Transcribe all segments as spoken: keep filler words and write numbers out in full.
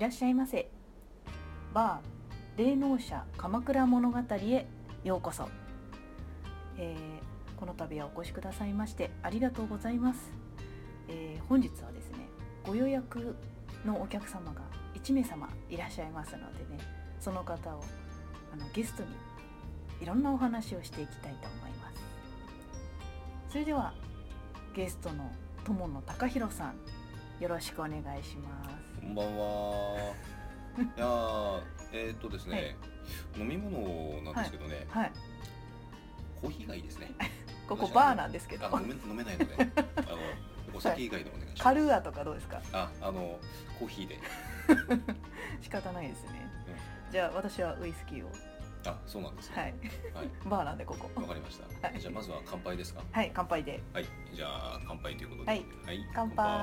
らっしゃいませ。バー霊能者鎌倉物語へようこそ。えー、この度はお越しくださいましてありがとうございます。えー、本日はですね、ご予約のお客様がいち名様いらっしゃいますのでね、その方をあのゲストにいろんなお話をしていきたいと思います。それではゲストの友野貴弘さん、よろしくお願いします。 こんばんは。いやーえー、っとですね、はい、飲み物なんですけどね、はいはい、コーヒーがいいですね。 ここバーなんですけど。 あ飲め、飲めないのであのお酒以外でお願いします。 カルーアとかどうですか？ あ、あのコーヒーで仕方ないですね、うん、じゃあ私はウイスキーを。 あ、そうなんですね。はい、 はい、バーなんでここ。 わかりました。はい、じゃあまずは乾杯ですか？ はい、乾杯で。 はい、じゃあ乾杯ということで。 はい、はい、乾杯。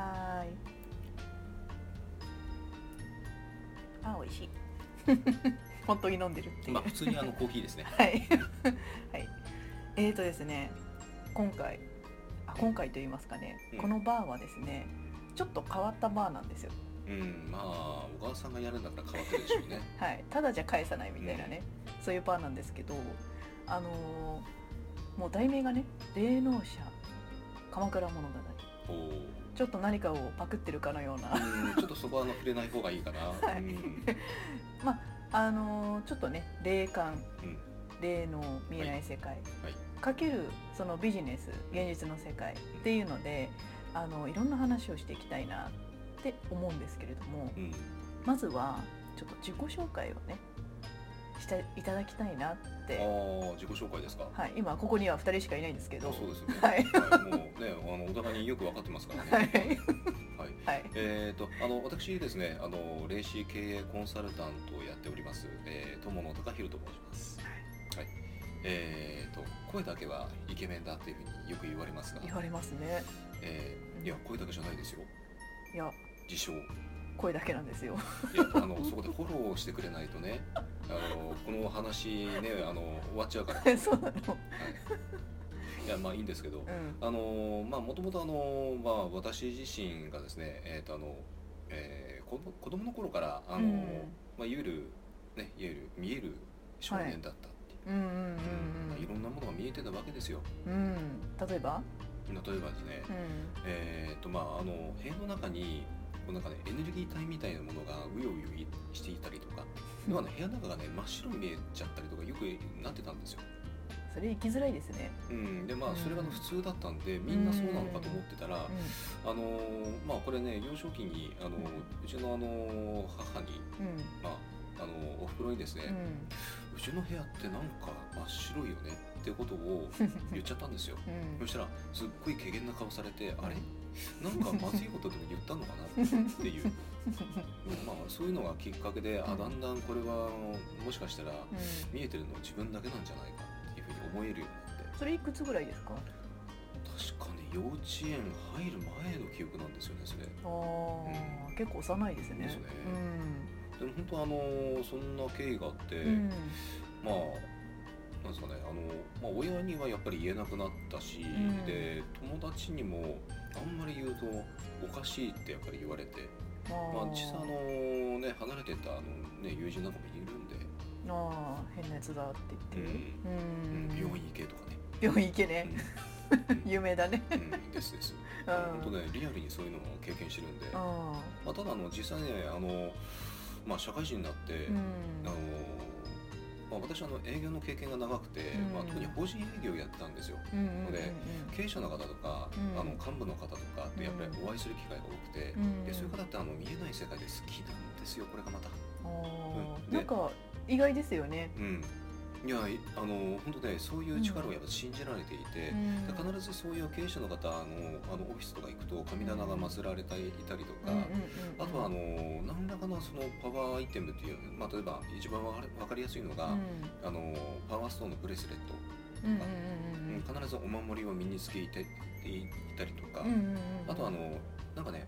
あ、美味しい。本当に飲んでるっていう。 まあ普通にあのコーヒーですね。 はい。はい。えーとですね、今回、あ、今回と言いますかね、うん、このバーはですね、ちょっと変わったバーなんですよ。 うん、まあ小川さんがやるんだから変わってるでしょうね。 はい、ただじゃ返さないみたいなね、うん、そういうバーなんですけど、あのー、もう題名がね、霊能者鎌倉物語。ちょっと何かをパクってるかのような。 うん、ちょっとそこはあの触れない方がいいかな。はい、うん、 まああのー、ちょっとね、霊感、うん、霊の見えない世界、はいはい、かけるそのビジネス、現実の世界っていうので、うん、あのいろんな話をしていきたいなって思うんですけれども、うん、まずはちょっと自己紹介をねしていただきたいなって。 ああ、自己紹介ですか？ はい、今ここにはふたりしかいないんですけど。 あ、そうですね。 はい、 はい、もうね、あのお互いによく分かってますからね。はいはいはい、えーとあの私ですね、あの霊視経営コンサルタントをやっております、えー、友野貴弘と申します。はい、えーと声だけはイケメンだっていうふうによく言われますが。 言われますね。 えー、いや声だけじゃないですよ。 いや、 自称声だけなんですよ。 いや、あのそこでフォローしてくれないとね、あのこの話ね、あの終わっちゃうから。 そうなの。はい。 いや、まあいいんですけど、うん、あのまあもともとあのまあ私自身がですね、えっとあの、えー、子子供の頃からあの、うん、まあいわゆるね、いわゆる見える少年だったっていう、はい、うんうんうんうん、まあ、いろんなものが見えてたわけですよ。 うん、例えば？例えばですね、うん、えっとまああの部屋の中にこうなんかね、エネルギー体みたいなものがうようよしていたりとか、要はね、部屋の中がね真っ白に見えちゃったりとかよくなってたんですよ。 それ行きづらいですね。 うん、でまあそれが普通だったんで、みんなそうなのかと思ってたら、うん、あのまあこれね、幼少期にあの、うん、うちのあの母に、うん、まああのおふくろにですね、うん、うちの部屋ってなんか真っ白いよねってことを言っちゃったんですよ。うん、そしたらすっごい怪げな顔されて、あれなんかまずいことでも言ったのかなっていうまあそういうのがきっかけで、あ、だんだんこれはもしかしたら見えてるのは自分だけなんじゃないかっていうふうに思えるようになって。 それいくつぐらいですか？ 確かね、幼稚園入る前の記憶なんですよね、それ。 あ、うん、結構幼いですね。 ですね、うん、でも本当あのそんな経緯があって、うん、まあなんですかね、あの、まあ、親にはやっぱり言えなくなったし、うん、で友達にもあんまり言うとおかしいってやっぱり言われて、あ、まあ、実際あの、ね、離れてたあの、ね、友人なんかもいるんで、 ああ、変なやつだって言ってる、 うんうん、病院行けとかね、 病院行けね、うん、有名だね、 うん、ですです。本当ね、リアルにそういうのを経験してるんで、あ、まあ、ただあの実際ね、あの、まあ、社会人になって、うん、あのまあ、私はあの営業の経験が長くて、うん、まあ、特に法人営業をやってたんですよ。ので経営者の方とか、うん、あの幹部の方とかってやっぱりお会いする機会が多くて、うん、でそういう方ってあの見えない世界で好きなんですよ、これがまた。 うん、なんか意外ですよね。 うん、いや、あの本当ね、そういう力をやっぱ信じられていて、うん、必ずそういう経営者の方のあのオフィスとか行くと神棚が祀られていたりとか、あとはあの何らかのそのパワーアイテムっていう、まあ、例えば一番わかりやすいのが、うん、あのパワーストーンのブレスレットとか、うんうんうん、必ずお守りを身につけていたりとか、うんうんうん、あとあのなんかね、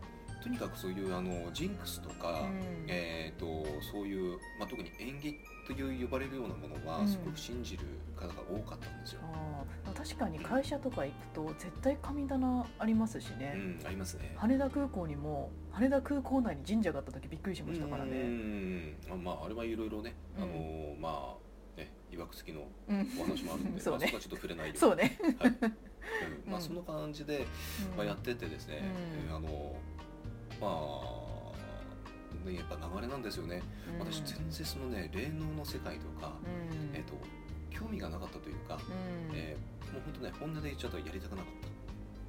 とにかくそういうあのジンクスとか、 うんえー、とそういう、まあ、特に縁起という呼ばれるようなものはすごく信じる方が多かったんですよ。 あ確かに会社とか行くと絶対神棚ありますしね、 うん、ありますね。 羽田空港にも羽田空港内に神社があった時びっくりしましたからね。 うんあ、まあ、あれはいろいろね、 うん、 あのまあね、いわくつきのうん、 お話もあるんで、 そうね、 まあ、そこはちょっと触れないようにそうね、 はいうんまあ、その感じで、まあ、やっててですね、 うん、 あのまあ、ね、やっぱ流れなんですよね。 うん、 私全然そのね霊能の世界とか、 うん、 えー、と興味がなかったというか、 うんえーもう本当ね本音で言っちゃうとやりたくなかった。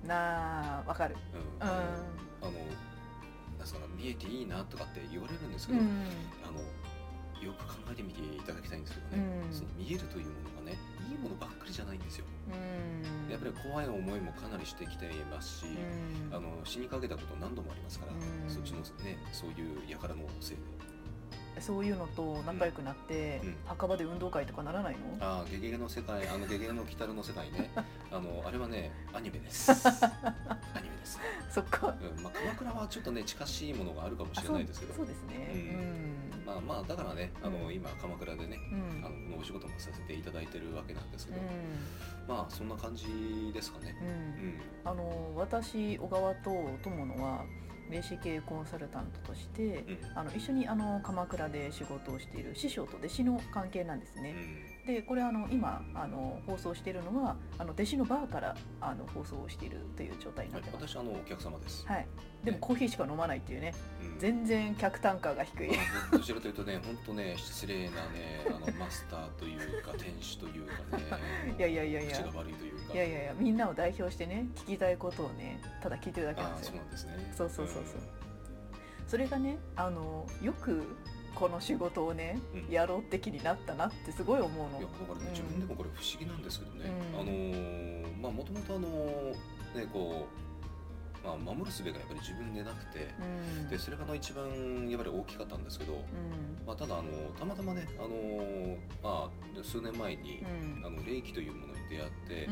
なあわかる、 うん、あの、あのなんですかね、見えていいなとかって言われるんですけど、 うん、 あのよく考えてみていただきたいんですけどね、 うん、 その見えるというものがねいいものばっかりじゃないんですよ。 うん、 やっぱり怖い思いもかなりしてきていますし、 うん、 あの死にかけたこと何度もありますから、 うん、 そっちのねそういう輩のせいで。 そういうのと仲良くなって、うん、墓場で運動会とかならないの？ ああ、ゲゲゲの世界、あのゲゲゲの鬼太郎の世界ねあのあれはねアニメですアニメです、ね、 そっか、 うんまあ、鎌倉はちょっとね近しいものがあるかもしれないですけど、 そう、そうですね、 うんうん、まあまあだからねあの、うん、今鎌倉でね、 うん、 あのこのお仕事もさせていただいてるわけなんですけど、 うん、 まあそんな感じですかね、 うんうん、 あの私小川と友野は霊視系コンサルタントとして、うん、あの一緒にあの鎌倉で仕事をしている師匠と弟子の関係なんですね、うん、でこれあの今あの放送しているのはあの弟子のバーからあの放送をしているという状態になってます、 はい、私あのお客様です、 はい、でもコーヒーしか飲まないっていうね、 うん、 全然客単価が低い、 まあ、どちらというとね本当ね失礼なねあのマスターというか店主というかねいやいやいやいや口が悪いというかいやいやいやみんなを代表してね聞きたいことをねただ聞いてるだけなんですよ。 あ、そうなんですね。 そうそうそうそう、うん、それがねあのよくこの仕事をね、うん、やろうって気になったなってすごい思うの。 いやだからね、うん、自分でもこれ不思議なんですけどね、 うん、 あのー、まあもともとあのー、ねこうまあ、守る術がやっぱり自分でなくて、うん、でそれが一番やっぱり大きかったんですけど、うんまあ、ただあのたまたまね、あのまあ、数年前に、うん、あの霊気というものに出会って、うん、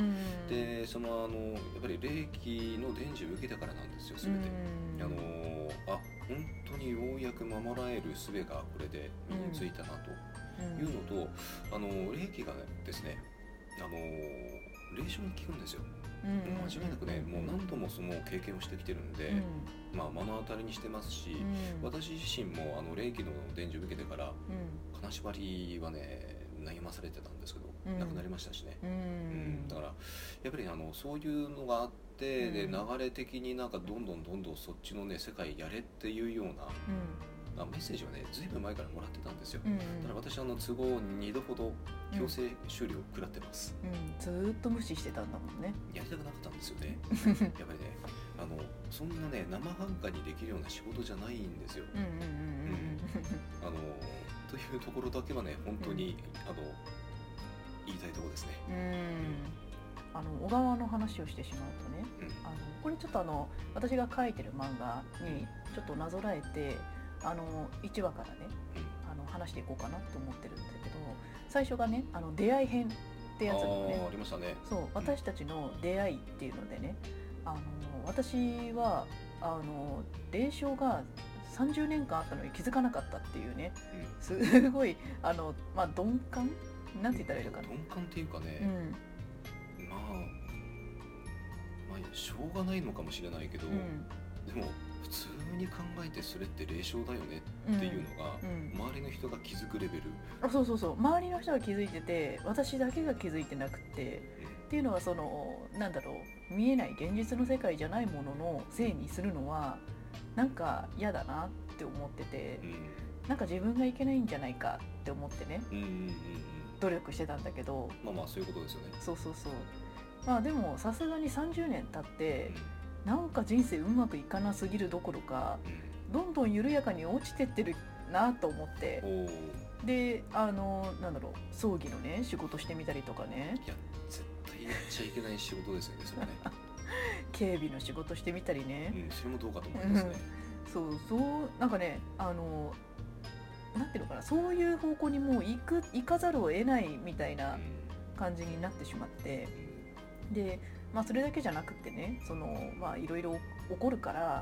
でそのあのやっぱり霊気の伝授を受けてからなんですよ全て、うん、あのあ本当にようやく守られる術がこれで身についたなというのと、うん、あの霊気がですねあの霊障に効くんですよ。間違いなくね、もう何度もその経験をしてきてるんで、うん、まあ目の当たりにしてますし、うん、私自身もあの霊気の伝授を受けてから、うん、金縛りはね悩まされてたんですけど、うん、なくなりましたしね、うんうん、だからやっぱりあのそういうのがあって、で流れ的になんかどんどんどんどんそっちのね世界やれっていうような、メッセージはねずいぶん前からもらってたんですよ、うんうん、だから私あの都合にどほど強制終了を食らってます、 うんうん、ずーっと無視してたんだもんね。 やりたくなかったんですよねやっぱりねあのそんなね生半可にできるような仕事じゃないんですよあのというところだけはね本当に、うん、あの言いたいところですね。 うん、あの小川の話をしてしまうとね、うん、あのこれちょっとあの私が書いてる漫画にちょっとなぞらえてあのいちわからね、うん、あの話していこうかなと思ってるんだけど、最初がねあの出会い編ってやつがねあ, ありましたね。 そう私たちの出会いっていうのでね、あの私はあの霊障がさんじゅうねんかんあったのに気づかなかったっていうね、うん、すごいあの、まあ、鈍感なんて言ったらいいのかな、 鈍感っていうかね、うん、まあまあしょうがないのかもしれないけど、うん、でも普通に考えてそれって霊障だよねっていうのが、うんうん、周りの人が気づくレベル。 あ、そうそうそう、周りの人が気づいてて私だけが気づいてなくて、うん、っていうのはそのなんだろう、見えない現実の世界じゃないもののせいにするのはなんか嫌だなって思ってて、うん、なんか自分がいけないんじゃないかって思ってね、うんうんうんうん、努力してたんだけど、 まあまあそういうことですよね。 そうそうそう、まあでもさすがにさんじゅうねん経って、うん、なんか人生うまくいかなすぎるどころか、うん、どんどん緩やかに落ちてってるなと思って、であのなんだろう、葬儀のね仕事してみたりとかね。 いや絶対やっちゃいけない仕事ですよねそれね警備の仕事してみたりね、 うん、それもどうかと思いますね、 うん、そうそうなんかね、あのなんていうのかな、そういう方向にもう行く行かざるを得ないみたいな感じになってしまって、うん、で、まあ、それだけじゃなくてね、そのまあいろいろ起こるから、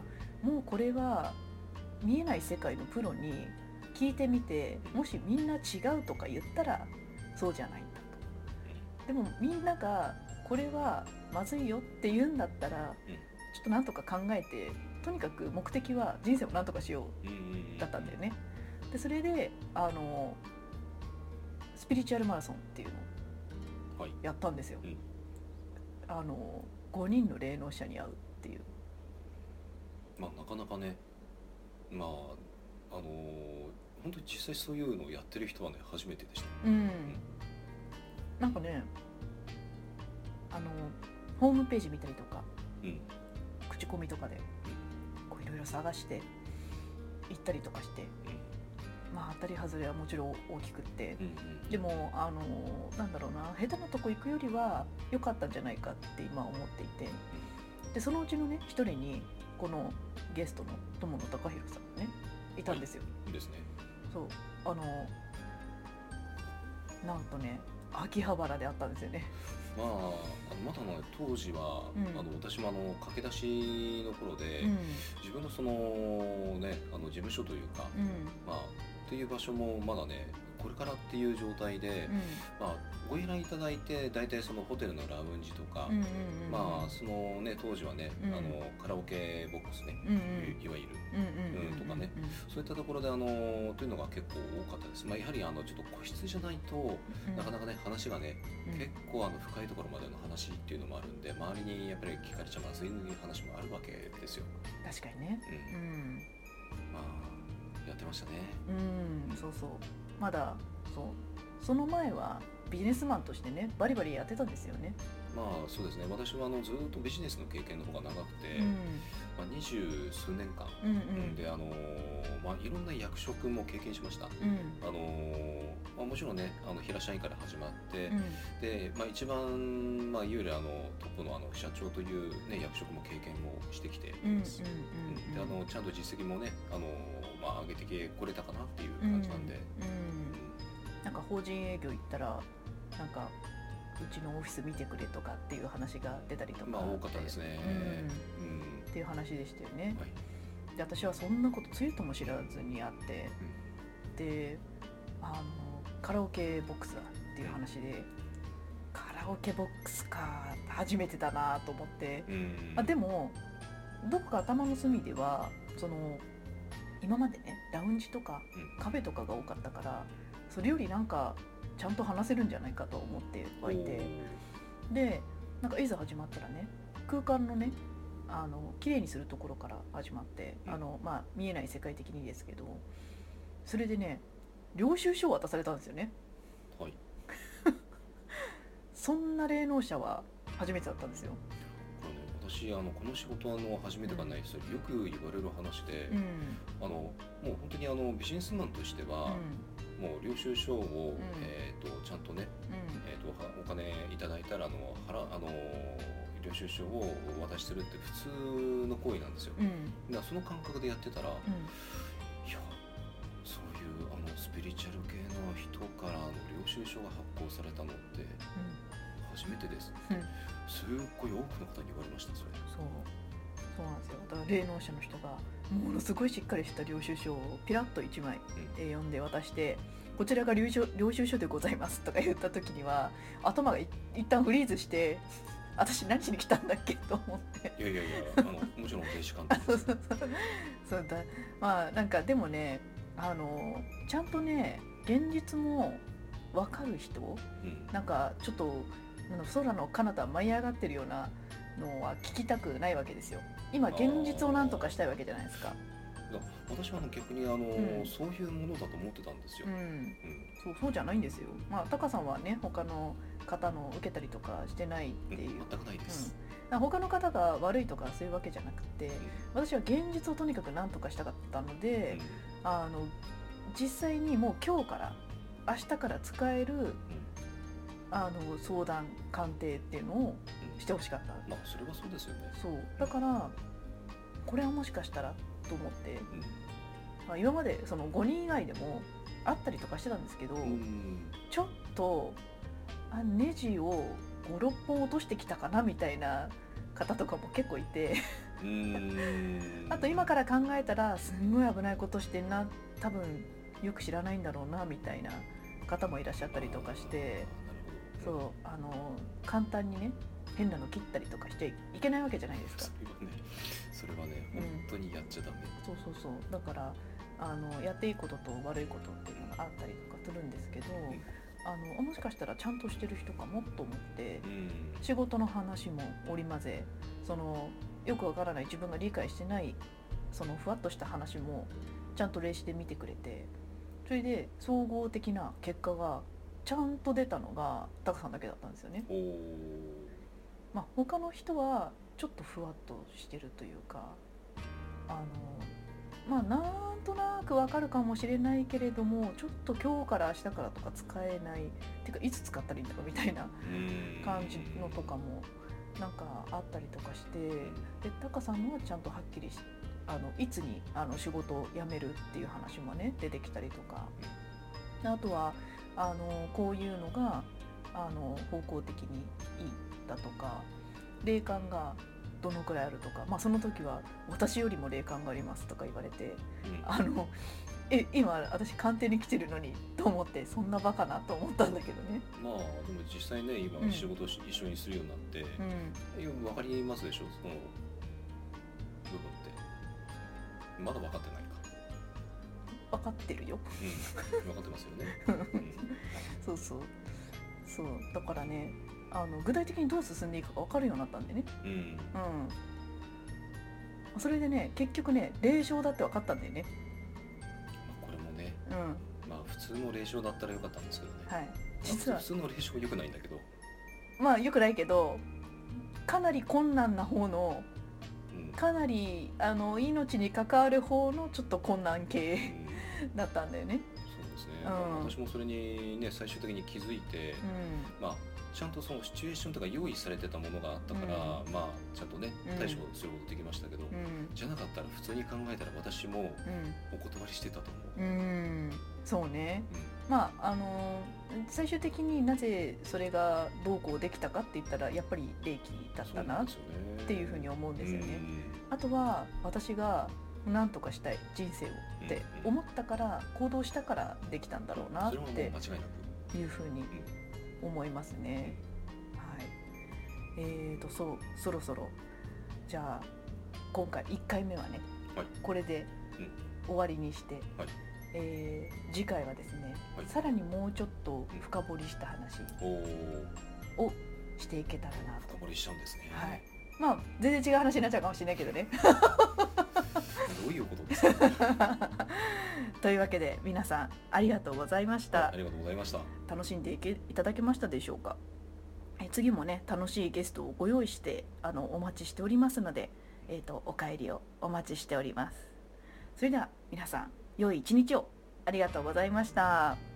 もうこれは見えない世界のプロに聞いてみて、もしみんな違うとか言ったらそうじゃないんだと。でもみんながこれはまずいよって言うんだったら、ちょっとなんとか考えて、とにかく目的は人生をなんとかしようだったんだよね。でそれであのスピリチュアルマラソンっていうのをやったんですよ、はい、あのごにんの霊能者に会うっていう。 まあなかなかね、まああの本当に実際そういうのをやってる人はね初めてでした。 うん、うん、なんかね、あのホームページ見たりとか、うん、口コミとかでこういろいろ探して行ったりとかして、うん、まあ当たり外れはもちろん大きくって、うんうん、でもあのなんだろうな、下手なとこ行くよりは良かったんじゃないかって今思っていて、でそのうちのね一人にこのゲストの友野隆弘さんがねいたんですよ。 いいですね。 そうあのなんとね秋葉原であったんですよね。 まあ、あのまだね当時は、うん、あの私もあの駆け出しの頃で、うん、自分のそのねあの事務所というか、うん、まあっていう場所もまだねこれからっていう状態で、うん、まあご依頼いただいて大体そのホテルのラウンジとか、うんうんうん、まあそのね当時はね、うん、あのカラオケボックスね、うんうん、いわゆる、うんうん、とかね、うんうん、そういったところであのというのが結構多かったです。まあやはりあのちょっと個室じゃないと、うん、なかなかね話がね、うん、結構あの深いところまでの話っていうのもあるんで、周りにやっぱり聞かれちゃまずい話もあるわけですよ。 確かにね。うん。うん、 まあやってましたね。 うん、そうそう。まだそうその前はビジネスマンとしてねバリバリやってたんですよね。 まあそうですね、私はあのずっとビジネスの経験の方が長くて、うん、まあ、二十数年間、うんうん、であのーまあ、いろんな役職も経験しました。うん、あのーまあ、もちろんねあの平社員から始まって、うん、で、まあ、一番、まあ、いわゆるあのトップの、あの社長という、ね、役職も経験もしてきています。ちゃんと実績もね、あのーまあ、上げてこれたかなっていう感じなんで、うんうんうん、なんか法人営業行ったらなんかうちのオフィス見てくれとかっていう話が出たりとか、 まあ多かったですね、 うんうん、っていう話でしたよね、はい、で私はそんなことつゆとも知らずにあって、うん、であのカラオケボックスだっていう話で、うん、カラオケボックスか初めてだなと思って、うん、あでもどこか頭の隅ではその今までねラウンジとかカフェとかが多かったから、それよりなんかちゃんと話せるんじゃないかと思ってはいて、でなんかいざ始まったらね空間のねあの綺麗にするところから始まって、あの、まあ、見えない世界的にですけど、それでね領収書を渡されたんですよね、はい、そんな霊能者は初めてだったんですよ。 私あのこの仕事はあの初めてがないですよ、よく言われる話で、うん、あのもう本当にあのビジネスマンとしては、うん、もう領収書を、うん、えー、とちゃんとね、うんえー、とお金いただいたらあの払あの領収書をお渡しするって普通の行為なんですよ、うん、だからその感覚でやってたら、うん、いやそういうあのスピリチュアル系の人からの領収書が発行されたのって初めてです、うん、すっごい多くの方に言われました。それそうそうなんですよ。だから霊能者の人がものすごいしっかりした領収書をピラッといちまい エーよん で渡して、うん、こちらが領収、領収書でございますとか言った時には頭がい一旦フリーズして、私何しに来たんだっけと思って、 いやいやいやあのもちろん停止監督そうそうそうそうだ。まあなんかでもねあのちゃんとね現実も分かる人、うん、なんかちょっと空の彼方舞い上がってるようなのは聞きたくないわけですよ。今現実を何とかしたいわけじゃないですか。 私は逆にあの、うん、そういうものだと思ってたんですよ、うんうん、 そうそうじゃないんですよ。まあタカさんはね他の方の受けたりとかしてないっていう、 うん、全くないです、 うん、他の方が悪いとかそういうわけじゃなくて、うん、私は現実をとにかく何とかしたかったので、うん、あの実際にもう今日から明日から使える、うんあの相談鑑定っていうのをしてほしかった、 うん、まあそれはそうですよね。 そうだからこれはもしかしたらと思って、うんまあ、今までそのごにん以外でもあったりとかしてたんですけど、うん、ちょっとあネジをご、ろっぽん落としてきたかなみたいな方とかも結構いてうーんあと今から考えたらすんごい危ないことしてんな、多分よく知らないんだろうなみたいな方もいらっしゃったりとかして、そうあの簡単にね変なの切ったりとかしちゃいけないわけじゃないですか。 それはね、それはね、本当にやっちゃダメ、 うん、そうそうそう、だからあのやっていいことと悪いことっていうのがあったりとかするんですけど、うん、あのもしかしたらちゃんとしてる人かもと思って、うん、仕事の話も織り交ぜ、そのよくわからない自分が理解してないそのふわっとした話もちゃんと例示で見てくれて、それで総合的な結果がちゃんと出たのがタカさんだけだったんですよね。まあ、他の人はちょっとふわっとしてるというか、あのまあなんとなくわかるかもしれないけれども、ちょっと今日から明日からとか使えないっていうか、いつ使ったらいいんだろうみたいな感じのとかもなんかあったりとかして、でタカさんのはちゃんとはっきりしあのいつにあの仕事を辞めるっていう話もね出てきたりとか、あとはあのこういうのがあの方向的にいいだとか、霊感がどのくらいあるとか、まあ、その時は私よりも霊感がありますとか言われて、うん、あのえ今私鑑定に来てるのにと思って、そんなバカなと思ったんだけどね。 まあでも実際ね今仕事を、うん、一緒にするようになって、うん、分かりますでしょ、その部分ってまだ分かってないか。 分かってるよ、 うん、分かってますよね、うん、 そうそうそう、だからねあの具体的にどう進んでいくか分かるようになったんでね、うん、うん、それでね結局ね霊障だって分かったんだよね。 まあ、これもね、うん、まあ普通の霊障だったらよかったんですけどね、はい、 実は普通の霊障良くないんだけど、 まあ良くないけどかなり困難な方の、うん、かなりあの命に関わる方のちょっと困難系、うん、だったんだよね。 そうですね、うん、私もそれにね最終的に気づいて、うん、まあちゃんとそのシチュエーションとか用意されてたものがあったから、うん、まあちゃんとね対処することできましたけど、うん、じゃなかったら普通に考えたら私もお断りしてたと思う。うん、うん、 そうね、うん、まああのー、最終的になぜそれがどうこうできたかって言ったらやっぱり霊気だったなっていうふうに思うんですよね。あとは私が何とかしたい人生をって思ったから行動したからできたんだろうなっていうふうに思いますね。はい。えーとそうそろそろじゃあ今回いっかいめはね、はい、これで終わりにして、はい、えー、次回はですね、はい、さらにもうちょっと深掘りした話をしていけたらなと。 深掘りしちゃうんですね。 はい。まあ全然違う話になっちゃうかもしれないけどね。 どういうことですか。 というわけで皆さんありがとうございました。 ありがとうございました。 楽しんでいけいただけましたでしょうか。え次もね楽しいゲストをご用意してあのお待ちしておりますので、えーと、お帰りをお待ちしております。それでは皆さん良い一日をありがとうございました。